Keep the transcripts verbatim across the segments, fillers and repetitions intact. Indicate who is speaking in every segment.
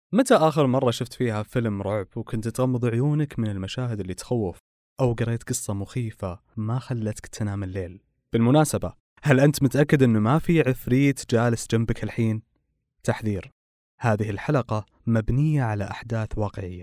Speaker 1: متى آخر مرة شفت فيها فيلم رعب وكنت تغمض عيونك من المشاهد اللي تخوف، أو قريت قصة مخيفة ما خلتك تنام الليل؟ بالمناسبة، هل أنت متأكد أنه ما في عفريت جالس جنبك الحين؟ تحذير: هذه الحلقة مبنية على أحداث واقعية.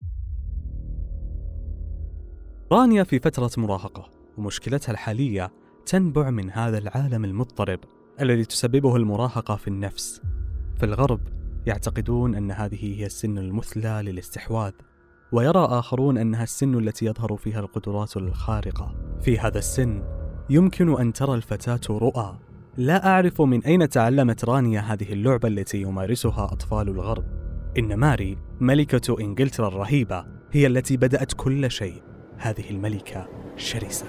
Speaker 1: رانيا في فترة مراهقة، ومشكلتها الحالية تنبع من هذا العالم المضطرب الذي تسببه المراهقة في النفس. في الغرب يعتقدون أن هذه هي السن المثلى للاستحواذ، ويرى آخرون أنها السن التي يظهر فيها القدرات الخارقة. في هذا السن يمكن أن ترى الفتاة رؤى. لا أعرف من أين تعلمت رانيا هذه اللعبة التي يمارسها أطفال الغرب. إن ماري ملكة إنجلترا الرهيبة هي التي بدأت كل شيء. هذه الملكة شرسة،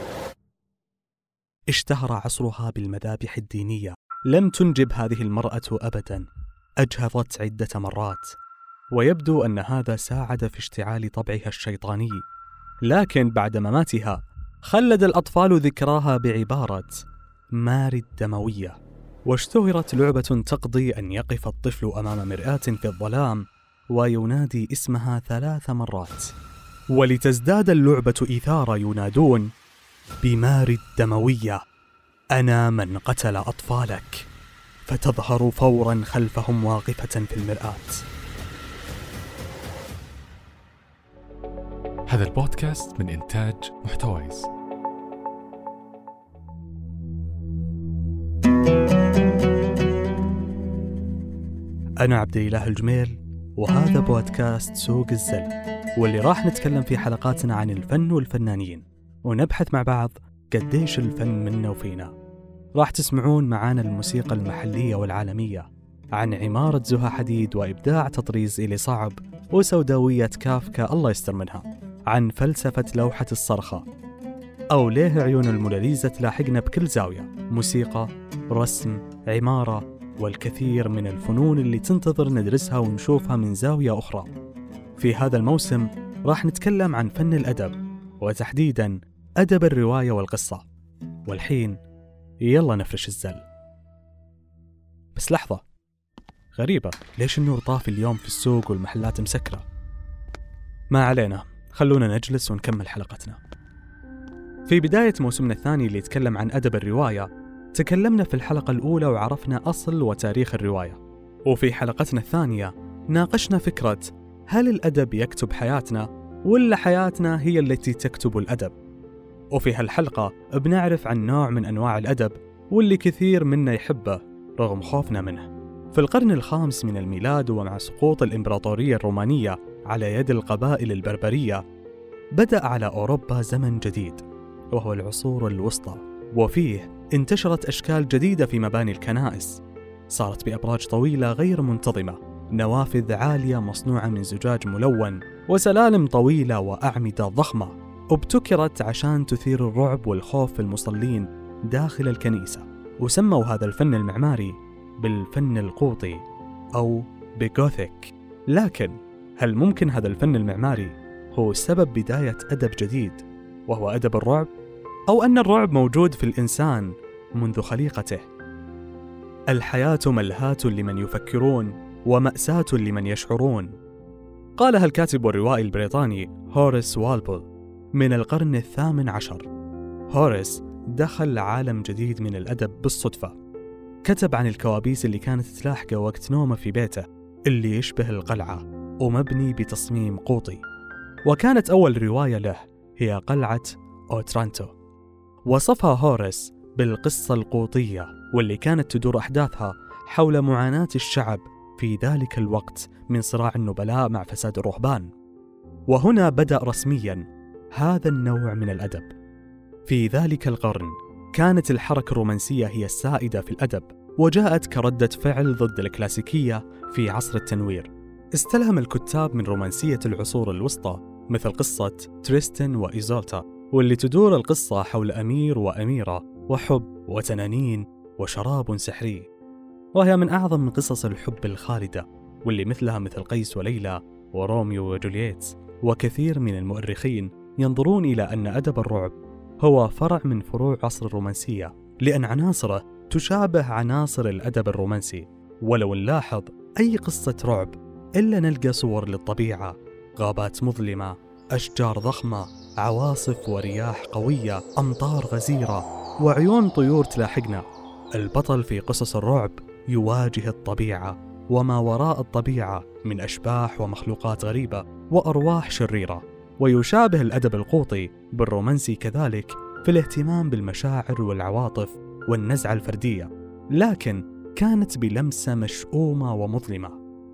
Speaker 1: اشتهر عصرها بالمذابح الدينية. لم تنجب هذه المرأة أبدا، أجهضت عدة مرات، ويبدو أن هذا ساعد في اشتعال طبعها الشيطاني. لكن بعد مماتها خلد الأطفال ذكراها بعبارة ماري الدموية، واشتهرت لعبة تقضي أن يقف الطفل أمام مرآة في الظلام وينادي اسمها ثلاث مرات، ولتزداد اللعبة إثارة ينادون بماري الدموية أنا من قتل أطفالك، فتظهر فورا خلفهم واقفة في المرآة.
Speaker 2: هذا البودكاست من إنتاج محتويس.
Speaker 1: أنا عبد الإله الجميل، وهذا بودكاست سوق الزل، واللي راح نتكلم في حلقاتنا عن الفن والفنانين، ونبحث مع بعض قديش الفن منا وفينا. راح تسمعون معانا الموسيقى المحلية والعالمية، عن عمارة زها حديد وإبداع تطريز إلي صعب وسوداوية كافكا الله يستر منها، عن فلسفة لوحة الصرخة، أو ليه عيون الموناليزا تلاحقنا بكل زاوية. موسيقى، رسم، عمارة، والكثير من الفنون اللي تنتظر ندرسها ونشوفها من زاوية أخرى. في هذا الموسم راح نتكلم عن فن الأدب، وتحديداً أدب الرواية والقصة. والحين يلا نفرش الزل. بس لحظة، غريبة، ليش النور طافي اليوم في السوق والمحلات مسكرة؟ ما علينا، خلونا نجلس ونكمل حلقتنا. في بداية موسمنا الثاني اللي يتكلم عن أدب الرواية، تكلمنا في الحلقة الأولى وعرفنا أصل وتاريخ الرواية. وفي حلقتنا الثانية ناقشنا فكرة هل الأدب يكتب حياتنا ولا حياتنا هي التي تكتب الأدب؟ وفي هالحلقة بنعرف عن نوع من أنواع الأدب واللي كثير منا يحبه رغم خوفنا منه. في القرن الخامس من الميلاد، ومع سقوط الإمبراطورية الرومانية على يد القبائل البربرية، بدأ على أوروبا زمن جديد وهو العصور الوسطى، وفيه انتشرت أشكال جديدة في مباني الكنائس. صارت بأبراج طويلة غير منتظمة، نوافذ عالية مصنوعة من زجاج ملون، وسلالم طويلة وأعمدة ضخمة، وابتكرت عشان تثير الرعب والخوف في المصلين داخل الكنيسة. وسموا هذا الفن المعماري بالفن القوطي أو بغوثيك. لكن هل ممكن هذا الفن المعماري هو سبب بداية أدب جديد وهو أدب الرعب؟ أو أن الرعب موجود في الإنسان منذ خليقته؟ الحياة ملهاة لمن يفكرون ومأساة لمن يشعرون، قالها الكاتب والروائي البريطاني هوريس والبول من القرن الثامن عشر. هوريس دخل عالم جديد من الأدب بالصدفة. كتب عن الكوابيس اللي كانت تلاحقه وقت نومه في بيته اللي يشبه القلعة ومبني بتصميم قوطي. وكانت أول رواية له هي قلعة أوترانتو. وصفها هوريس بالقصة القوطية، واللي كانت تدور أحداثها حول معاناة الشعب في ذلك الوقت من صراع النبلاء مع فساد الرهبان. وهنا بدأ رسمياً هذا النوع من الأدب. في ذلك القرن كانت الحركة الرومانسية هي السائدة في الأدب، وجاءت كردة فعل ضد الكلاسيكية في عصر التنوير. استلهم الكتاب من رومانسية العصور الوسطى مثل قصة تريستن وإيزولتا، واللي تدور القصة حول أمير وأميرة وحب وتنانين وشراب سحري، وهي من أعظم قصص الحب الخالدة، واللي مثلها مثل قيس وليلى وروميو وجولييت. وكثير من المؤرخين ينظرون إلى أن أدب الرعب هو فرع من فروع عصر الرومانسية، لأن عناصره تشابه عناصر الأدب الرومانسي. ولو نلاحظ أي قصة رعب إلا نلقى صور للطبيعة، غابات مظلمة، أشجار ضخمة، عواصف ورياح قوية، أمطار غزيرة، وعيون طيور تلاحقنا. البطل في قصص الرعب يواجه الطبيعة وما وراء الطبيعة من أشباح ومخلوقات غريبة وأرواح شريرة. ويشابه الأدب القوطي بالرومانسي كذلك في الاهتمام بالمشاعر والعواطف والنزعة الفردية، لكن كانت بلمسة مشؤومة ومظلمة.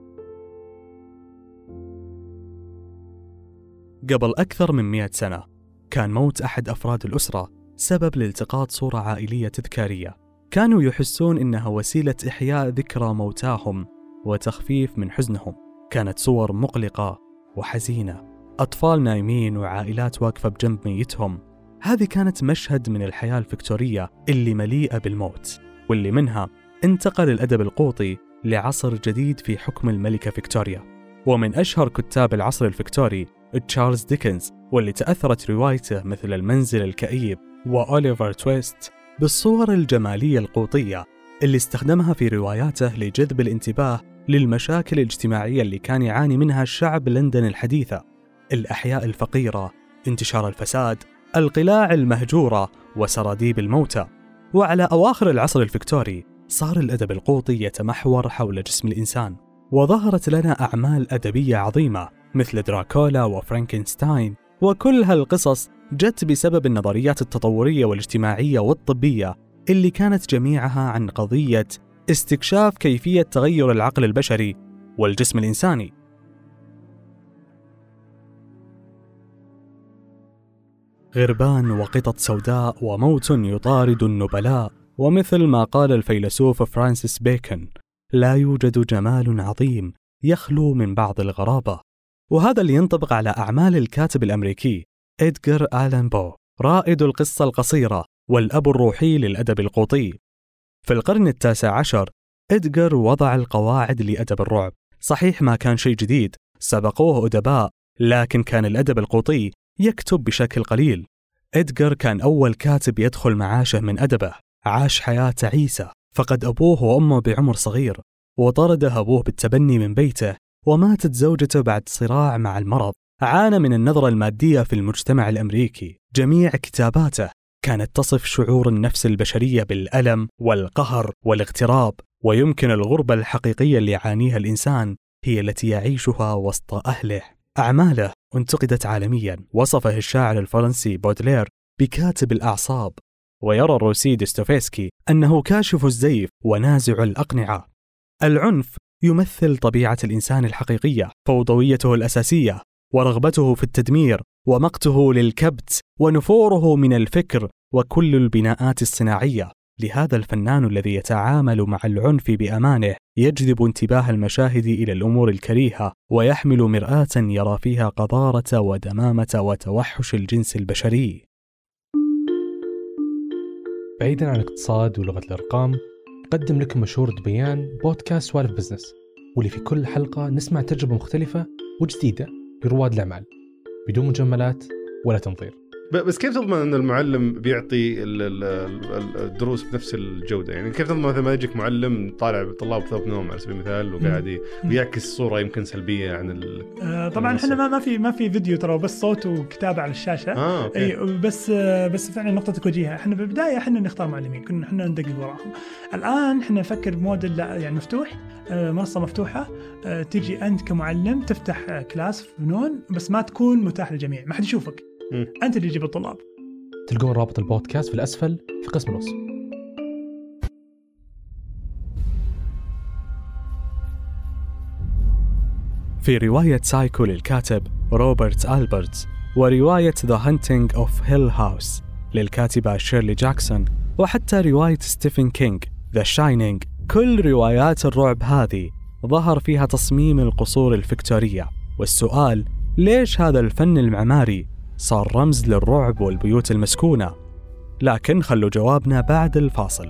Speaker 1: قبل أكثر من مئة سنة كان موت أحد أفراد الأسرة سبب لالتقاط صورة عائلية تذكارية، كانوا يحسون إنها وسيلة إحياء ذكرى موتاهم وتخفيف من حزنهم. كانت صور مقلقة وحزينة، أطفال نايمين وعائلات واقفة بجنب ميتهم. هذه كانت مشهد من الحياة الفكتورية اللي مليئة بالموت، واللي منها انتقل الأدب القوطي لعصر جديد في حكم الملكة فيكتوريا. ومن أشهر كتاب العصر الفكتوري تشارلز ديكنز، واللي تأثرت روايته مثل المنزل الكئيب وأوليفر تويست بالصور الجمالية القوطية اللي استخدمها في رواياته لجذب الانتباه للمشاكل الاجتماعية اللي كان يعاني منها الشعب لندن الحديثة: الأحياء الفقيرة، انتشار الفساد، القلاع المهجورة، وسراديب الموتى. وعلى أواخر العصر الفكتوري صار الأدب القوطي يتمحور حول جسم الإنسان، وظهرت لنا أعمال أدبية عظيمة مثل دراكولا وفرانكنستاين. وكل هالقصص جت بسبب النظريات التطورية والاجتماعية والطبية اللي كانت جميعها عن قضية استكشاف كيفية تغير العقل البشري والجسم الإنساني. غربان وقطط سوداء وموت يطارد النبلاء، ومثل ما قال الفيلسوف فرانسيس بيكون: لا يوجد جمال عظيم يخلو من بعض الغرابة. وهذا اللي ينطبق على أعمال الكاتب الأمريكي إدغار آلان بو، رائد القصة القصيرة والأب الروحي للأدب القوطي. في القرن التاسع عشر إدغار وضع القواعد لأدب الرعب. صحيح ما كان شيء جديد، سبقوه أدباء، لكن كان الأدب القوطي يكتب بشكل قليل. إدغار كان أول كاتب يدخل معاشه من أدبه. عاش حياة تعيسة، فقد أبوه وأمه بعمر صغير، وطرده أبوه بالتبني من بيته، وماتت زوجته بعد صراع مع المرض. عانى من النظرة المادية في المجتمع الأمريكي. جميع كتاباته كانت تصف شعور النفس البشرية بالألم والقهر والاغتراب، ويمكن الغربة الحقيقية اللي يعانيها الإنسان هي التي يعيشها وسط أهله. أعماله انتقدت عالميا. وصفه الشاعر الفرنسي بودلير بكاتب الأعصاب، ويرى الروسي ديستوفيسكي أنه كاشف الزيف ونازع الأقنعة. العنف يمثل طبيعة الإنسان الحقيقية، فوضويته الأساسية، ورغبته في التدمير، ومقته للكبت، ونفوره من الفكر وكل البناءات الصناعية. لهذا الفنان الذي يتعامل مع العنف بأمانه يجذب انتباه المشاهد إلى الأمور الكريهة، ويحمل مرآة يرى فيها قذارة ودمامة وتوحش الجنس البشري.
Speaker 2: بعيداً عن الاقتصاد ولغة الأرقام، قدم لكم مشهور دبيان بودكاست سوالف بزنس، واللي في كل حلقة نسمع تجربة مختلفة وجديدة لرواد الأعمال بدون مجملات ولا تنظير.
Speaker 3: بس كيف تضمن أن المعلم بيعطي الدروس بنفس الجودة؟ يعني كيف تضمن مثلا ما يجيك معلم طالع بطلاب ثوب نوم على سبيل المثال وقاعد بيعكس صورة يمكن سلبية عن ال
Speaker 4: آه طبعا احنا ما ما في ما في فيديو ترى، بس صوت وكتابة على الشاشة.
Speaker 3: آه،
Speaker 4: اي بس آه بس فعلا نقطتك وجيهة. احنا بالبداية احنا نختار معلمين، كنا احنا ندقق وراهم. الآن احنا نفكر بموديل يعني مفتوح، آه منصة مفتوحة، آه تيجي أنت كمعلم تفتح آه كلاس في فنون، بس ما تكون متاح للجميع، ما حد يشوفك، م. أنت اللي تجيب الطلاب.
Speaker 2: تلقون رابط البودكاست في الأسفل في قسم الوصف.
Speaker 1: في رواية سايكو للكاتب روبرت ألبرتس، ورواية The Hunting of Hill House للكاتبة شيرلي جاكسون، وحتى رواية ستيفن كينج The Shining، كل روايات الرعب هذه ظهر فيها تصميم القصور الفكتورية. والسؤال: ليش هذا الفن المعماري صار رمز للرعب والبيوت المسكونة؟ لكن خلوا جوابنا بعد الفاصل.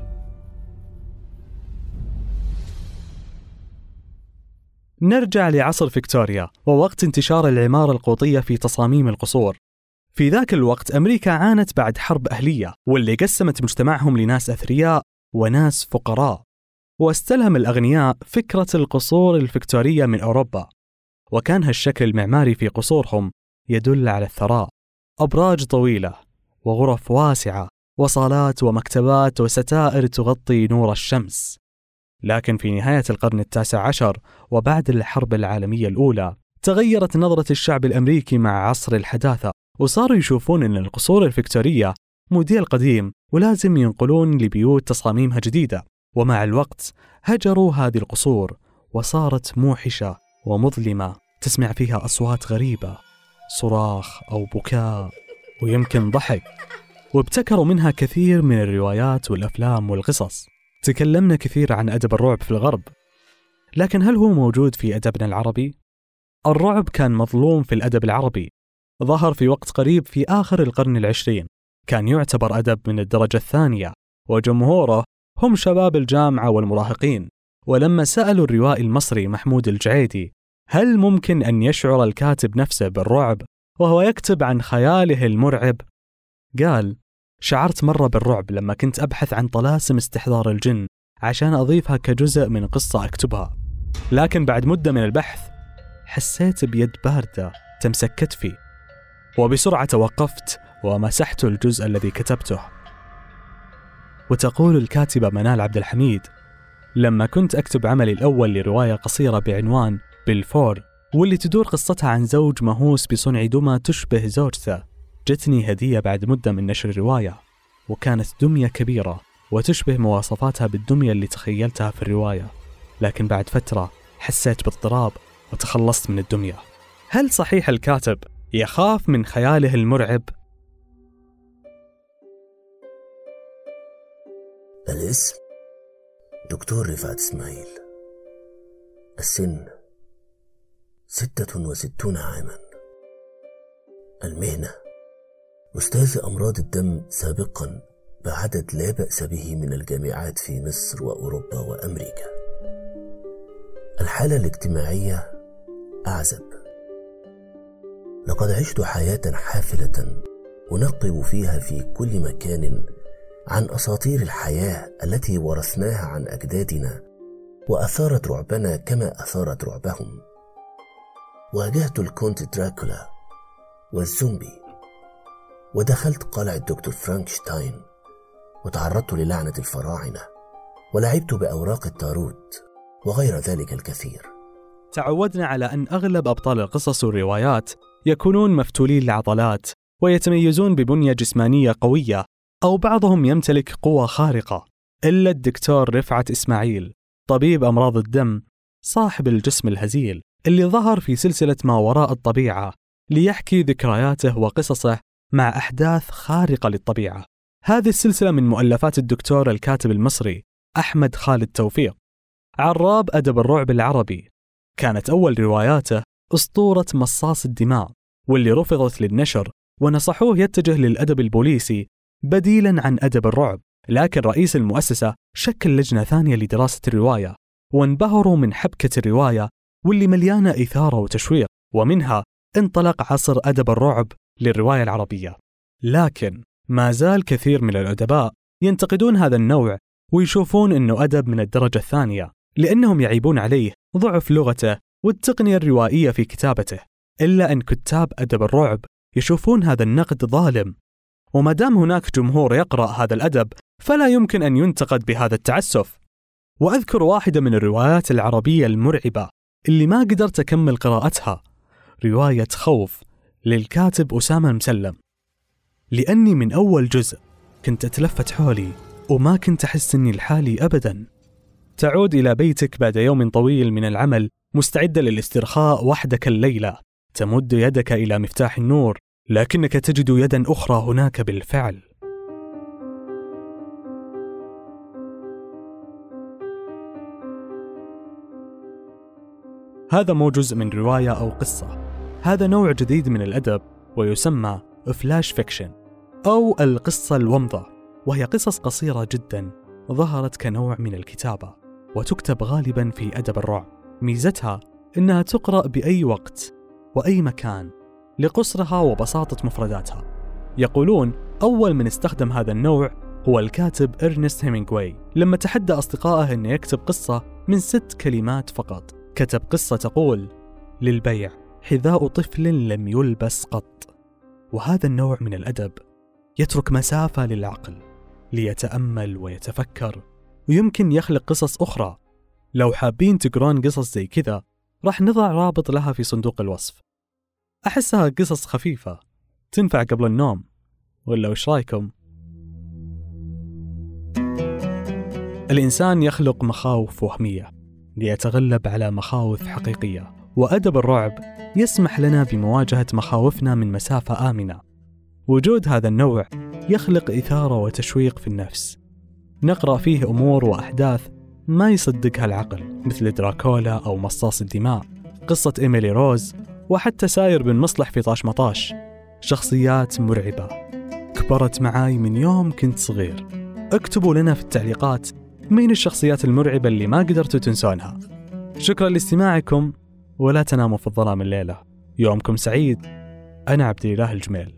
Speaker 1: نرجع لعصر فيكتوريا ووقت انتشار العمارة القوطية في تصاميم القصور. في ذاك الوقت أمريكا عانت بعد حرب أهلية، واللي قسمت مجتمعهم لناس أثرياء وناس فقراء. واستلهم الأغنياء فكرة القصور الفيكتورية من أوروبا، وكان هالشكل المعماري في قصورهم يدل على الثراء. أبراج طويلة وغرف واسعة وصالات ومكتبات وستائر تغطي نور الشمس. لكن في نهاية القرن التاسع عشر وبعد الحرب العالمية الأولى تغيرت نظرة الشعب الأمريكي مع عصر الحداثة، وصاروا يشوفون أن القصور الفيكتورية موديل قديم ولازم ينقلون لبيوت تصاميمها جديدة. ومع الوقت هجروا هذه القصور وصارت موحشة ومظلمة، تسمع فيها أصوات غريبة، صراخ أو بكاء ويمكن ضحك، وابتكروا منها كثير من الروايات والأفلام والقصص. تكلمنا كثير عن أدب الرعب في الغرب، لكن هل هو موجود في أدبنا العربي؟ الرعب كان مظلوم في الأدب العربي، ظهر في وقت قريب في آخر القرن العشرين، كان يعتبر أدب من الدرجة الثانية، وجمهوره هم شباب الجامعة والمراهقين. ولما سألوا الروائي المصري محمود الجعيدي هل ممكن أن يشعر الكاتب نفسه بالرعب وهو يكتب عن خياله المرعب، قال: شعرت مرة بالرعب لما كنت أبحث عن طلاسم استحضار الجن عشان أضيفها كجزء من قصة أكتبها، لكن بعد مدة من البحث حسيت بيد باردة تمسك كتفي، وبسرعة توقفت ومسحت الجزء الذي كتبته. وتقول الكاتبة منال عبد الحميد: لما كنت أكتب عملي الأول لرواية قصيرة بعنوان بالفور، واللي تدور قصتها عن زوج مهووس بصنع دمى تشبه زوجته، جتني هدية بعد مدة من نشر الرواية، وكانت دمية كبيرة وتشبه مواصفاتها بالدمية اللي تخيلتها في الرواية، لكن بعد فترة حسيت باضطراب وتخلصت من الدمية. هل صحيح الكاتب يخاف من خياله المرعب؟
Speaker 5: الاسم دكتور رفعت إسماعيل. السن ستة وستون عاما. المهنة أستاذ أمراض الدم سابقا بعدد لا بأس به من الجامعات في مصر وأوروبا وأمريكا. الحالة الاجتماعية أعزب. لقد عشت حياة حافلة أنقب فيها في كل مكان عن أساطير الحياة التي ورثناها عن أجدادنا وأثارت رعبنا كما أثارت رعبهم. واجهت الكونت دراكولا والزومبي، ودخلت قلعة دكتور فرانكشتاين، وتعرضت للعنة الفراعنة، ولعبت بأوراق التاروت وغير ذلك الكثير.
Speaker 1: تعودنا على أن أغلب أبطال القصص والروايات يكونون مفتولين العضلات ويتميزون ببنية جسمانية قوية، أو بعضهم يمتلك قوة خارقة، إلا الدكتور رفعت إسماعيل طبيب أمراض الدم صاحب الجسم الهزيل اللي ظهر في سلسلة ما وراء الطبيعة ليحكي ذكرياته وقصصه مع أحداث خارقة للطبيعة. هذه السلسلة من مؤلفات الدكتور الكاتب المصري أحمد خالد توفيق، عراب أدب الرعب العربي. كانت أول رواياته أسطورة مصاص الدماء، واللي رفضت للنشر ونصحوه يتجه للأدب البوليسي بديلاً عن أدب الرعب، لكن رئيس المؤسسة شكل لجنة ثانية لدراسة الرواية، وانبهروا من حبكة الرواية واللي مليانة إثارة وتشويق، ومنها انطلق عصر أدب الرعب للرواية العربية. لكن ما زال كثير من الأدباء ينتقدون هذا النوع ويشوفون أنه أدب من الدرجة الثانية، لأنهم يعيبون عليه ضعف لغته والتقنية الروائية في كتابته، إلا أن كتاب أدب الرعب يشوفون هذا النقد ظالم، وما دام هناك جمهور يقرأ هذا الأدب فلا يمكن أن ينتقد بهذا التعسف. وأذكر واحدة من الروايات العربية المرعبة اللي ما قدرت أكمل قراءتها، رواية خوف للكاتب أسامة المسلم، لأني من أول جزء كنت أتلفت حولي وما كنت أحس أني لحالي أبدا. تعود إلى بيتك بعد يوم طويل من العمل مستعدة للاسترخاء وحدك الليلة، تمد يدك إلى مفتاح النور لكنك تجد يدا أخرى هناك بالفعل. هذا مو جزء من رواية أو قصة، هذا نوع جديد من الأدب ويسمى فلاش فيكشن أو القصة الومضة، وهي قصص قصيرة جدا ظهرت كنوع من الكتابة وتكتب غالبا في أدب الرعب. ميزتها إنها تقرأ بأي وقت وأي مكان لقصرها وبساطة مفرداتها. يقولون أول من استخدم هذا النوع هو الكاتب إرنست هيمينغواي، لما تحدى أصدقائه أن يكتب قصة من ست كلمات فقط. كتب قصة تقول: للبيع حذاء طفل لم يلبس قط. وهذا النوع من الأدب يترك مسافة للعقل ليتأمل ويتفكر، ويمكن يخلق قصص أخرى. لو حابين تقرون قصص زي كذا راح نضع رابط لها في صندوق الوصف. أحسها قصص خفيفة تنفع قبل النوم، ولا وش رايكم؟ الإنسان يخلق مخاوف وهمية ليتغلب على مخاوف حقيقية، وأدب الرعب يسمح لنا بمواجهة مخاوفنا من مسافة آمنة. وجود هذا النوع يخلق إثارة وتشويق في النفس، نقرأ فيه أمور وأحداث ما يصدقها العقل، مثل دراكولا أو مصاص الدماء، قصة إيميلي روز، وحتى ساير بن مصلح في طاش مطاش. شخصيات مرعبة كبرت معاي من يوم كنت صغير. اكتبوا لنا في التعليقات مين الشخصيات المرعبة اللي ما قدرتوا تنسونها. شكرا لاستماعكم، ولا تناموا في الظلام الليلة. يومكم سعيد. أنا عبد الإله الجميل.